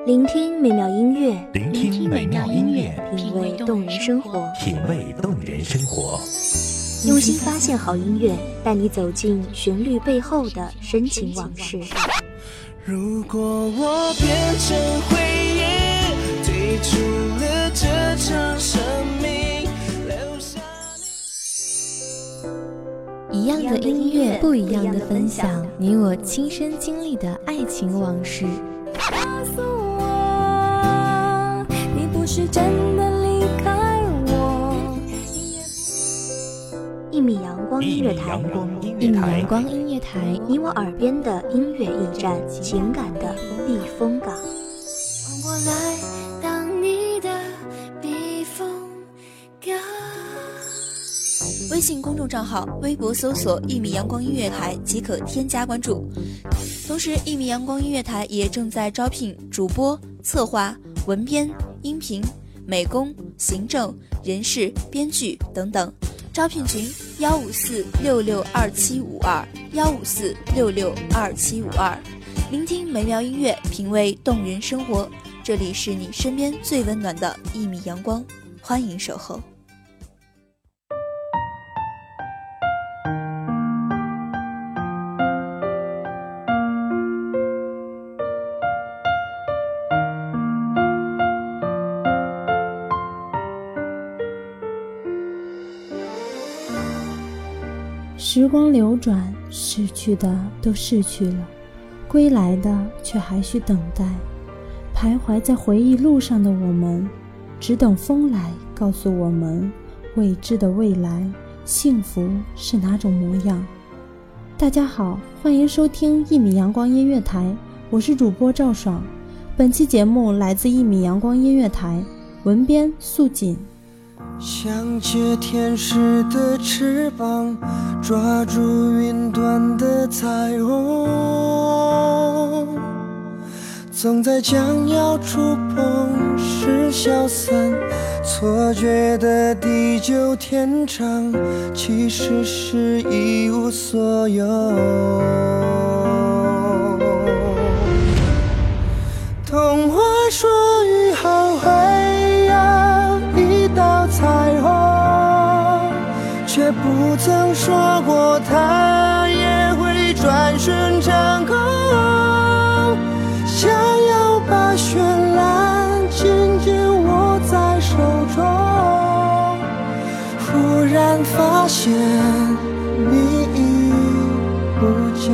聆听美妙音乐， 聆听美妙音乐， 品味动人生活， 品味动人生活。 用心发现好音乐，带你走进旋律背后的深情往事。 如果我变成回忆，退出了这场生命，留下一样的音乐，不一样的分享，你我亲身经历的爱情往事。 告诉我，你不是真的离开我。 一米阳光音乐台， 一米阳光音乐台， 你我耳边的音乐驿站，情感的避风港。 我来当你的避风港。 微信公众账号、微博搜索“一米阳光音乐台”即可添加关注。同时，一米阳光音乐台也正在招聘主播、策划、文编、音频、美工、行政、人事、编剧等等。招聘群154662752，154662752。聆听美妙音乐，品味动人生活。这里是你身边最温暖的一米阳光，欢迎守候。 时光流转，逝去的都逝去了，归来的却还需等待。徘徊在回忆路上的我们，只等风来告诉我们未知的未来，幸福是哪种模样。大家好，欢迎收听一米阳光音乐台，我是主播赵爽。本期节目来自一米阳光音乐台，文编素锦。 想借天使的翅膀，抓住云端的彩虹，总在将要触碰时消散，错觉的地久天长，其实是一无所有。童话说雨后会彩虹，却不曾说过它也会转瞬成空。想要把绚烂紧紧握在手中，忽然发现你已不见。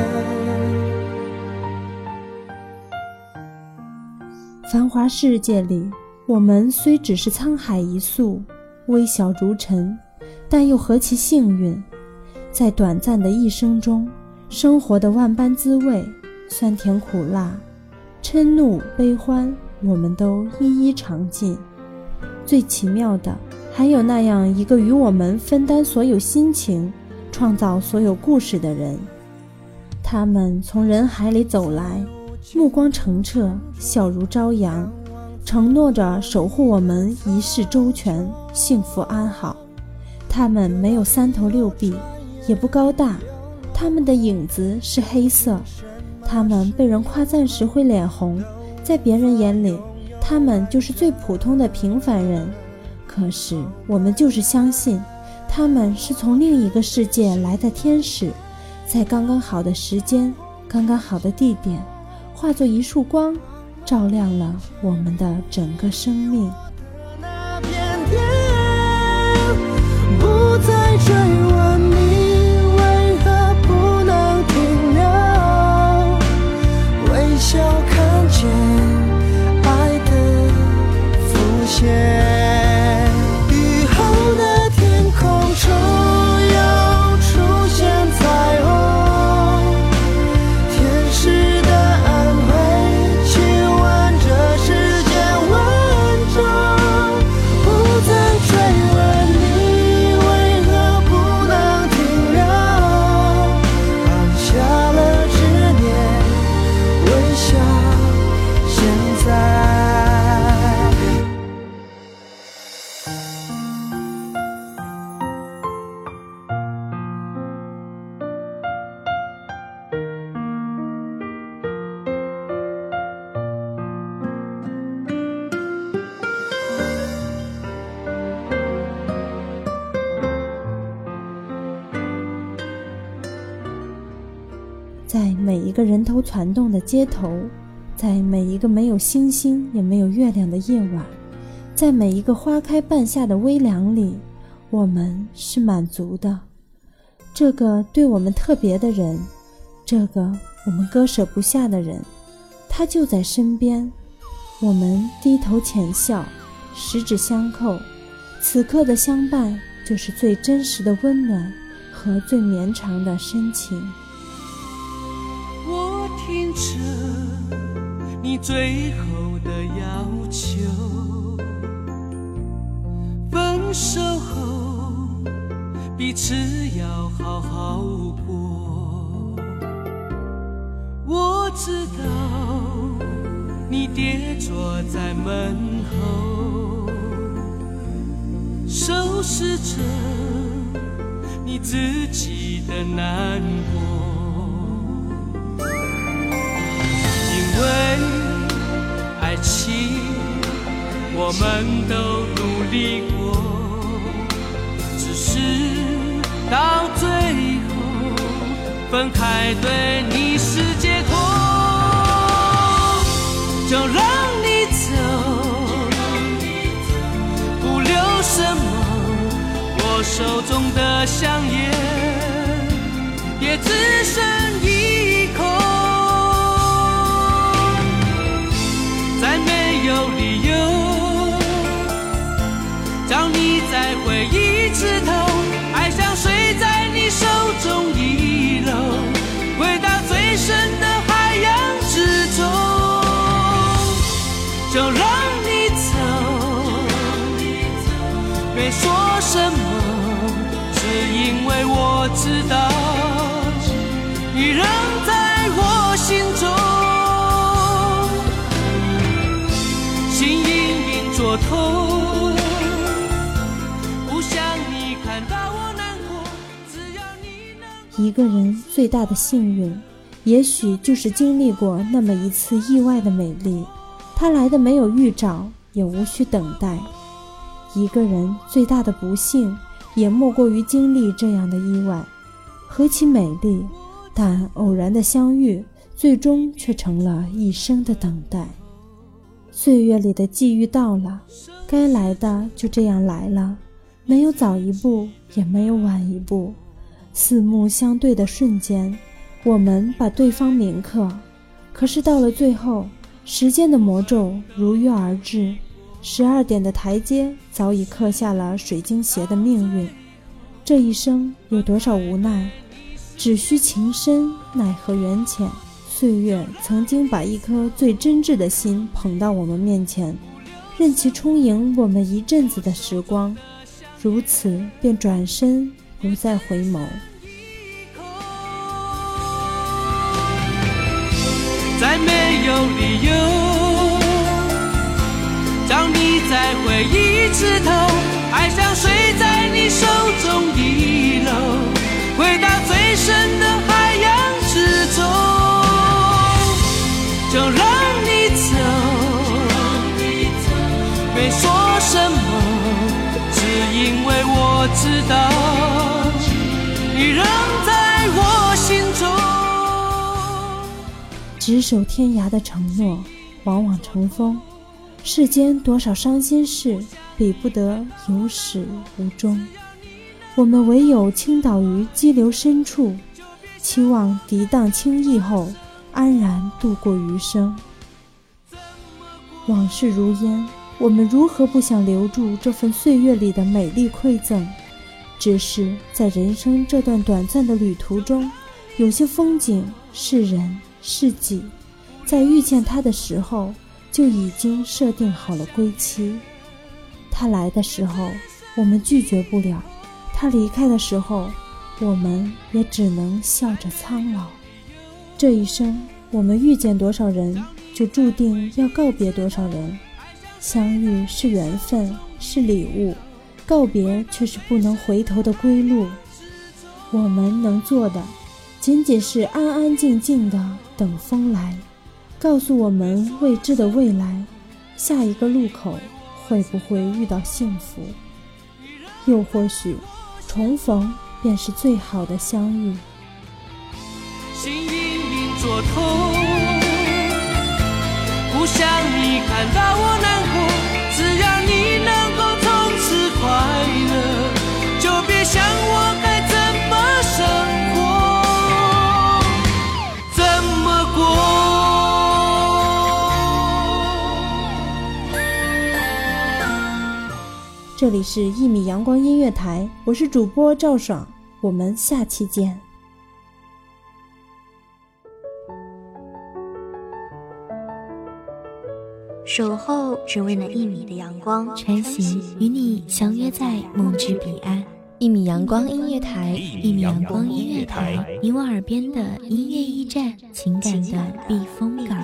繁华世界里，我们虽只是沧海一粟，微小如尘，但又何其幸运，在短暂的一生中，生活的万般滋味，酸甜苦辣，嗔怒悲欢，我们都一一尝尽。最奇妙的，还有那样一个与我们分担所有心情，创造所有故事的人。他们从人海里走来，目光澄澈，笑如朝阳，承诺着守护我们一世周全，幸福安好。他们没有三头六臂，也不高大，他们的影子是黑色。他们被人夸赞时会脸红，在别人眼里，他们就是最普通的平凡人。可是我们就是相信，他们是从另一个世界来的天使，在刚刚好的时间，刚刚好的地点，化作一束光，照亮了我们的整个生命。 那片天不再追问你为何不能停留，微笑看见爱的浮现。雨后的天空中又出现彩虹，天使的安慰亲吻这世间万种。 个人头攒动的街头，在每一个没有星星也没有月亮的夜晚，在每一个花开半夏的微凉里，我们是满足的。这个对我们特别的人，这个我们割舍不下的人，他就在身边。我们低头浅笑，十指相扣，此刻的相伴就是最真实的温暖和最绵长的深情。 我听着你最后的要求，分手后彼此要好好过。我知道你跌坐在门后，收拾着你自己的难过。因为爱情我们都努力过，只是到最后分开对你是结果。就让你走，不留什么，我手中的香烟也只剩一口。再没有理由叫你在回忆枝头，爱像水在你手中遗漏，回到最深的海洋之中。就让你走，别说什么，是因为我知道你仍在我心中。心隐隐作痛，不想你看到我难过，只要你能。 一个人最大的幸运，也许就是经历过那么一次意外的美丽，它来的没有预兆，也无需等待。一个人最大的不幸，也莫过于经历这样的意外。何其美丽，但偶然的相遇，最终却成了一生的等待。岁月里的际遇到了，该来的就这样来了，没有早一步，也没有晚一步。四目相对的瞬间，我们把对方铭刻，可是到了最后，时间的魔咒如约而至，12点的台阶早已刻下了水晶鞋的命运。这一生有多少无奈，只需情深奈何缘浅。岁月曾经把一颗最真挚的心捧到我们面前，任其充盈我们一阵子的时光，如此便转身不再回眸。 再没有理由叫你在回忆枝头，爱像水在你手中遗漏，回到最深的海洋之中。就让你走，别说什么，只因为我知道你仍在我心中。 执手天涯的承诺往往成风，世间多少伤心事，比不得有始无终。我们唯有倾倒于激流深处，期望涤荡轻易后安然度过余生。往事如烟，我们如何不想留住这份岁月里的美丽馈赠？只是在人生这段短暂的旅途中，有些风景是人是己，在遇见他的时候就已经设定好了归期。他来的时候我们拒绝不了，他离开的时候我们也只能笑着苍老。这一生我们遇见多少人，就注定要告别多少人。相遇是缘分，是礼物，告别却是不能回头的归路。我们能做的仅仅是安安静静的等风来，告诉我们未知的未来，下一个路口会不会遇到幸福，又或许重逢便是最好的相遇。 心隐隐所痛，不想你看到我难过，只要你能够从此快乐，就别想我该怎么生活，怎么过。 这里是1米阳光音乐台，我是主播赵爽，我们下期见。 守候只为那1米的阳光， 穿行与你相约在梦之彼岸。1米阳光音乐台，1米阳光音乐台，你我耳边的音乐驿站，情感的避风港。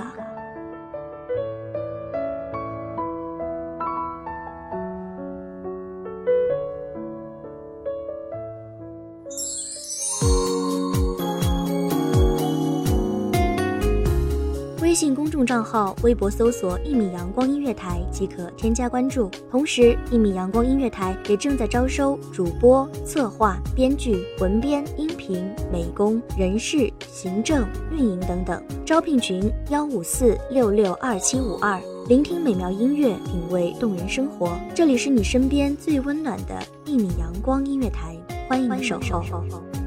微信公众账号、微博搜索1米阳光音乐台即可添加关注。同时，1米阳光音乐台也正在招收主播、策划、编剧、文编、音频、美工、人事、行政、运营等等。招聘群154662752，聆听美妙音乐，品味动人生活。这里是你身边最温暖的1米阳光音乐台，欢迎你守候。